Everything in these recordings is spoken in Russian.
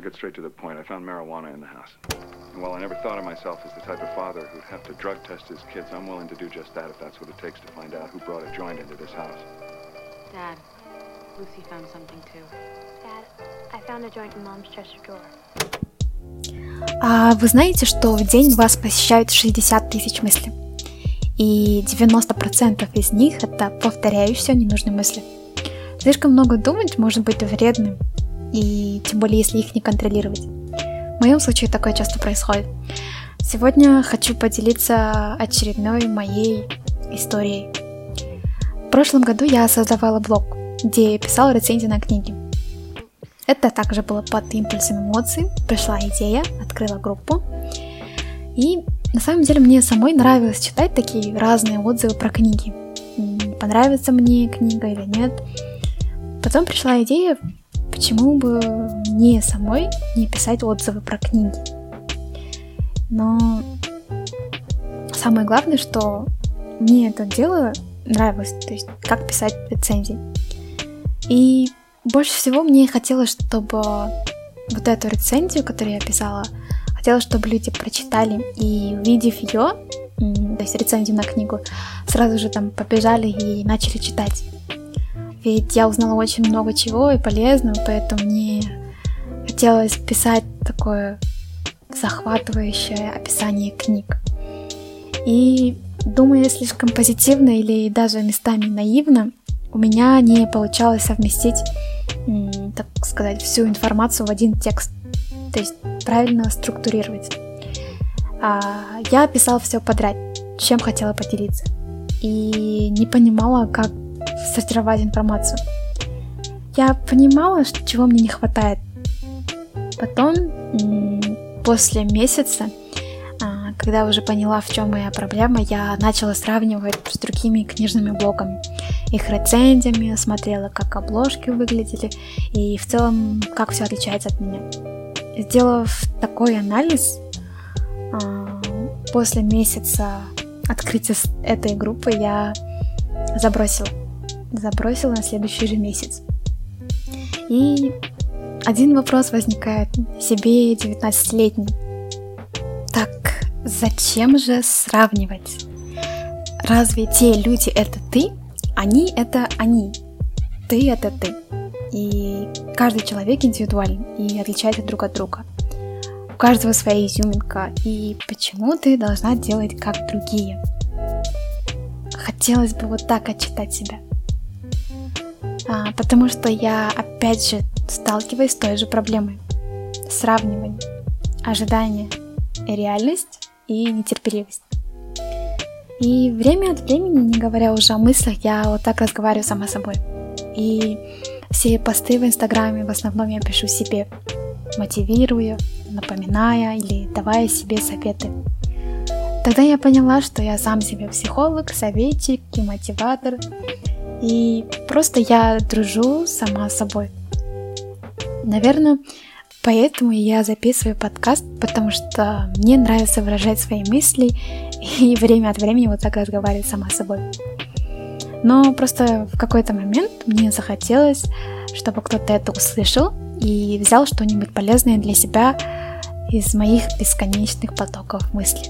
get straight to the point. I found marijuana in the house. And while I never thought of myself as the type of father who'd have to drug test his kids, I'm willing to do just that if that's what it takes to find out who brought a joint into this house. Dad, Lucy found something too. Dad, I found a joint in Mom's dresser drawer. А вы знаете, что в день вас посещают 60 тысяч мыслей? И 90% из них это повторяющиеся ненужные мысли. Слишком много думать может быть вредным, и тем более если их не контролировать. В моем случае такое часто происходит. Сегодня хочу поделиться очередной моей историей. В прошлом году я создавала блог, где писала рецензии на книги. Это также было под импульсом эмоций. Пришла идея, открыла группу. И на самом деле мне самой нравилось читать такие разные отзывы про книги. Понравится мне книга или нет. Потом пришла идея, почему бы мне самой не писать отзывы про книги. Но самое главное, что мне это дело нравилось, то есть как писать рецензии. И больше всего мне хотелось, чтобы вот эту рецензию, которую я писала, хотелось, чтобы люди прочитали и, увидев ее, то есть рецензию на книгу, сразу же там побежали и начали читать. Ведь я узнала очень много чего и полезного, поэтому мне хотелось писать такое захватывающее описание книг. И думая слишком позитивно или даже местами наивно, у меня не получалось совместить, так сказать, всю информацию в один текст, то есть правильно структурировать. Я писала все подряд, чем хотела поделиться, и не понимала, как сортировать информацию. Я понимала, чего мне не хватает. Потом, после месяца, когда уже поняла, в чем моя проблема, я начала сравнивать с другими книжными блогами, их рецензиями, смотрела, как обложки выглядели и в целом, как все отличается от меня. Сделав такой анализ, после месяца открытия этой группы я забросила на следующий же месяц. И один вопрос возникает себе 19-летний. Так, зачем же сравнивать? Разве те люди это ты? Они это они. Ты это ты. И каждый человек индивидуален и отличается друг от друга. У каждого своя изюминка. И почему ты должна делать как другие? Хотелось бы вот так отчитать себя. Потому что я опять же сталкиваюсь с той же проблемой. Сравнивание, ожидание, реальность и нетерпеливость. И время от времени, не говоря уже о мыслях, я вот так разговариваю сама с собой. И все посты в Инстаграме в основном я пишу себе, мотивируя, напоминая или давая себе советы. Тогда я поняла, что я сам себе психолог, советчик и мотиватор. И просто я дружу сама с собой. Наверное, поэтому я записываю подкаст, потому что мне нравится выражать свои мысли и время от времени вот так разговаривать сама с собой. Но просто в какой-то момент мне захотелось, чтобы кто-то это услышал и взял что-нибудь полезное для себя из моих бесконечных потоков мыслей.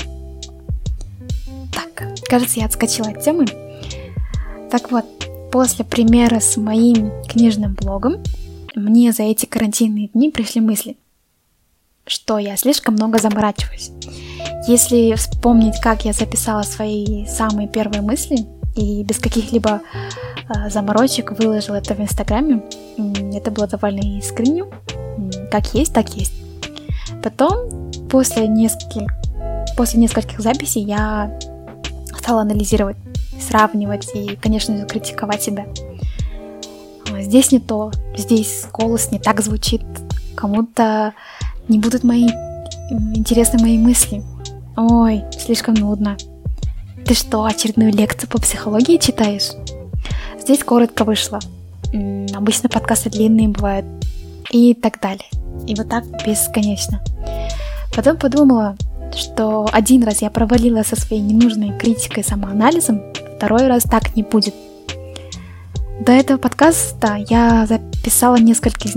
Так, кажется, я отскочила от темы. Так вот, после примера с моим книжным блогом, мне за эти карантинные дни пришли мысли, что я слишком много заморачиваюсь. Если вспомнить, как я записала свои самые первые мысли и без каких-либо заморочек выложила это в Инстаграме, это было довольно искренне, как есть, так есть. Потом, после нескольких записей, я стала анализировать, сравнивать и, конечно же, критиковать себя. Здесь не то, здесь голос не так звучит, кому-то не будут интересны мои мысли. Ой, слишком нудно. Ты что, очередную лекцию по психологии читаешь? Здесь коротко вышло. Обычно подкасты длинные бывают. И так далее. И вот так бесконечно. Потом подумала, что один раз я провалила со своей ненужной критикой и самоанализом, второй раз так не будет. До этого подкаста я записала несколько из них,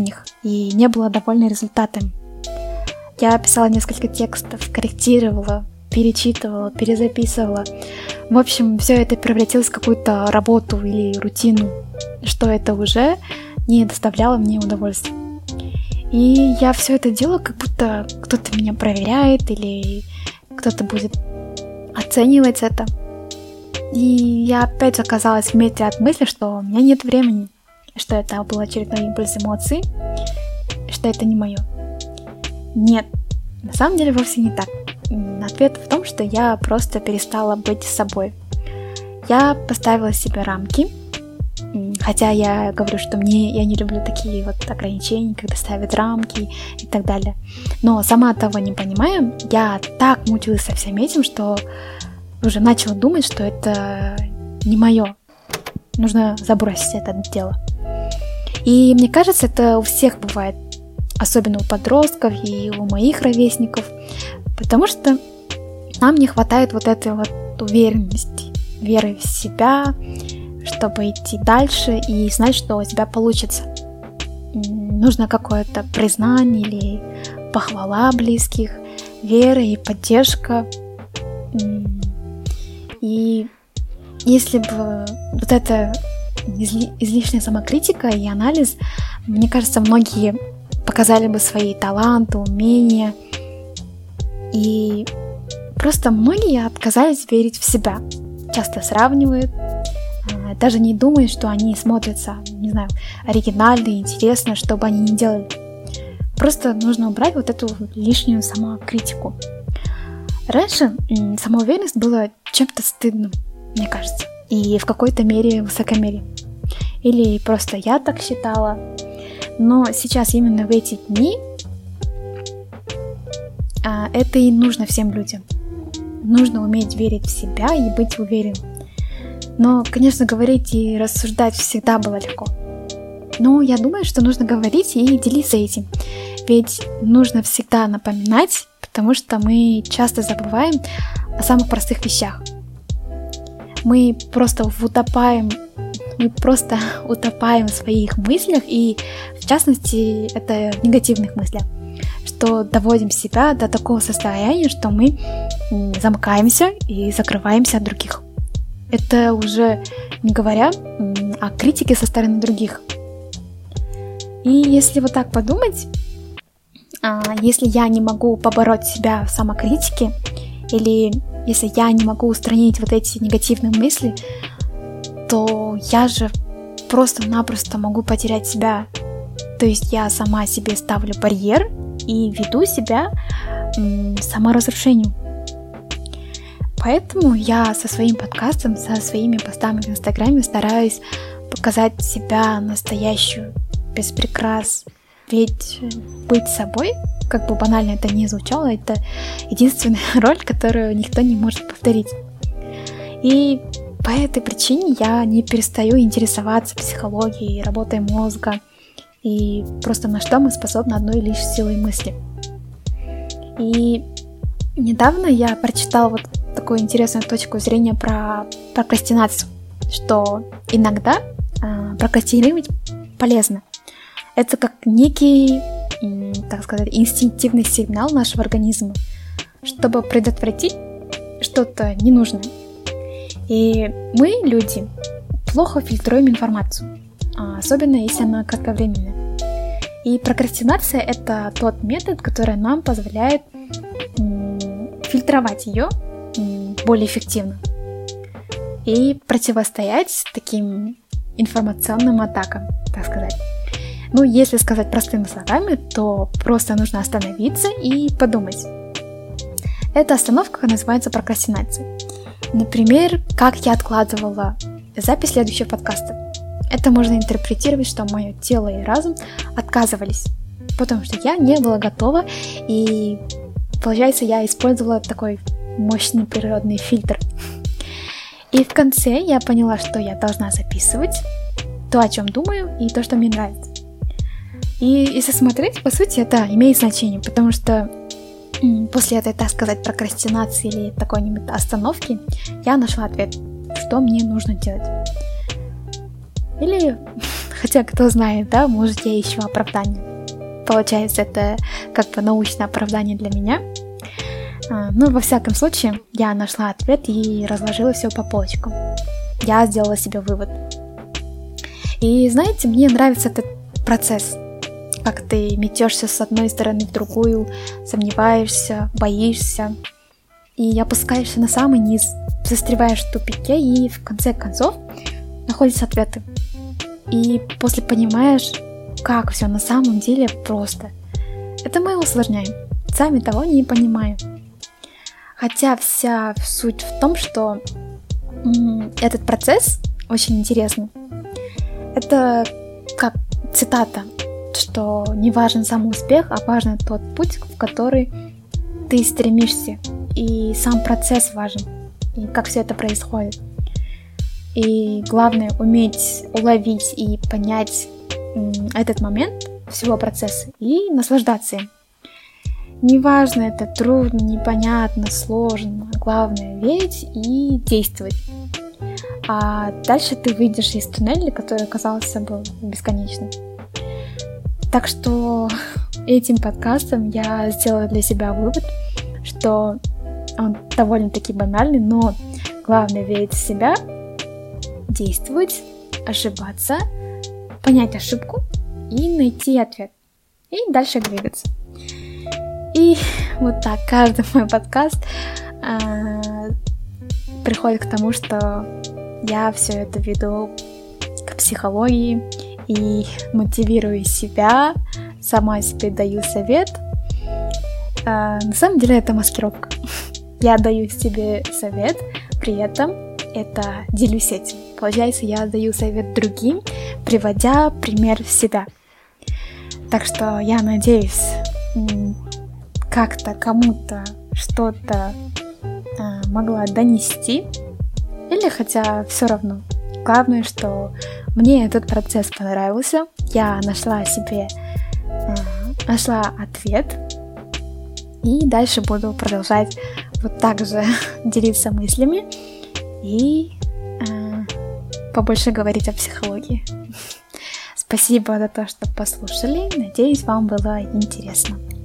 и не была довольна результатом. Я писала несколько текстов, корректировала, перечитывала, перезаписывала. В общем, все это превратилось в какую-то работу или рутину, что это уже не доставляло мне удовольствия. И я все это делала, как будто кто-то меня проверяет или кто-то будет оценивать это. И я опять оказалась в метре от мысли, что у меня нет времени, что это был очередной импульс эмоций, что это не мое. Нет, на самом деле вовсе не так. Ответ в том, что я просто перестала быть собой. Я поставила себе рамки, хотя я говорю, что я не люблю такие вот ограничения, когда ставят рамки и так далее. Но сама того не понимая, я так мучилась со всем этим, что уже начала думать, что это не мое. Нужно забросить это дело. И мне кажется, это у всех бывает, особенно у подростков и у моих ровесников, потому что нам не хватает вот этой вот уверенности, веры в себя, чтобы идти дальше и знать, что у тебя получится. Нужно какое-то признание или похвала близких, вера и поддержка. И если бы вот эта излишняя самокритика и анализ, мне кажется, многие показали бы свои таланты, умения. И просто многие отказались верить в себя. Часто сравнивают, даже не думают, что они смотрятся, не знаю, оригинально и интересно, что бы они ни делали. Просто нужно убрать вот эту лишнюю самокритику. Раньше самоуверенность была чем-то стыдным, мне кажется, и в какой-то мере высокомерие. Или просто я так считала. Но сейчас именно в эти дни это и нужно всем людям. Нужно уметь верить в себя и быть уверенным. Но, конечно, говорить и рассуждать всегда было легко. Но я думаю, что нужно говорить и делиться этим. Ведь нужно всегда напоминать, потому что мы часто забываем о самых простых вещах. Мы просто утопаем в своих мыслях, и в частности это в негативных мыслях, что доводим себя до такого состояния, что мы замыкаемся и закрываемся от других. Это уже не говоря о критике со стороны других. И если вот так подумать, если я не могу побороть себя в самокритике, или если я не могу устранить вот эти негативные мысли, то я же просто-напросто могу потерять себя. То есть я сама себе ставлю барьер и веду себя к саморазрушению. Поэтому я со своим подкастом, со своими постами в Инстаграме стараюсь показать себя настоящую, без прикрас. Ведь быть собой, как бы банально это ни звучало, это единственная роль, которую никто не может повторить. И по этой причине я не перестаю интересоваться психологией, работой мозга и просто на что мы способны одной лишь силой мысли. И недавно я прочитала вот такую интересную точку зрения про прокрастинацию, что иногда прокрастинировать полезно. Это как некий, так сказать, инстинктивный сигнал нашего организма, чтобы предотвратить что-то ненужное. И мы, люди, плохо фильтруем информацию, особенно если она кратковременная. И прокрастинация – это тот метод, который нам позволяет фильтровать ее более эффективно и противостоять таким информационным атакам, так сказать. Ну, если сказать простыми словами, то просто нужно остановиться и подумать. Эта остановка называется прокрастинацией. Например, как я откладывала запись следующего подкаста. Это можно интерпретировать, что мое тело и разум отказывались, потому что я не была готова, и получается, я использовала такой мощный природный фильтр. И в конце я поняла, что я должна записывать то, о чем думаю, и то, что мне нравится. И если смотреть, по сути, это имеет значение, потому что после этой, так сказать, прокрастинации или такой-нибудь остановки я нашла ответ, что мне нужно делать. Или, хотя кто знает, да, может, я ищу оправдание. Получается, это как бы научное оправдание для меня. Но во всяком случае, я нашла ответ и разложила все по полочкам. Я сделала себе вывод. И знаете, мне нравится этот процесс. Как ты метешься с одной стороны в другую, сомневаешься, боишься и опускаешься на самый низ, застреваешь в тупике и в конце концов находятся ответы. И после понимаешь, как все на самом деле просто. Это мы усложняем, сами того не понимаем. Хотя вся суть в том, что этот процесс очень интересный. Это как цитата, что не важен сам успех, а важен тот путь, в который ты стремишься. И сам процесс важен, и как все это происходит. И главное уметь уловить и понять этот момент всего процесса и наслаждаться им. Неважно, это трудно, непонятно, сложно. Главное верить и действовать. А дальше ты выйдешь из туннеля, который казался бы бесконечным. Так что этим подкастом я сделала для себя вывод, что он довольно-таки банальный, но главное верить в себя, действовать, ошибаться, понять ошибку и найти ответ. И дальше двигаться. И вот так каждый мой подкаст приходит к тому, что я все это веду к психологии и мотивирую себя, сама себе даю совет. На самом деле это маскировка. Я даю себе совет, при этом это делюсь этим. Получается, я даю совет другим, приводя пример себя. Так что я надеюсь, как-то кому-то что-то могла донести, или хотя все равно. Главное, что мне этот процесс понравился, я нашла ответ, и дальше буду продолжать вот так же делиться мыслями и побольше говорить о психологии. Спасибо за то, что послушали, надеюсь, вам было интересно.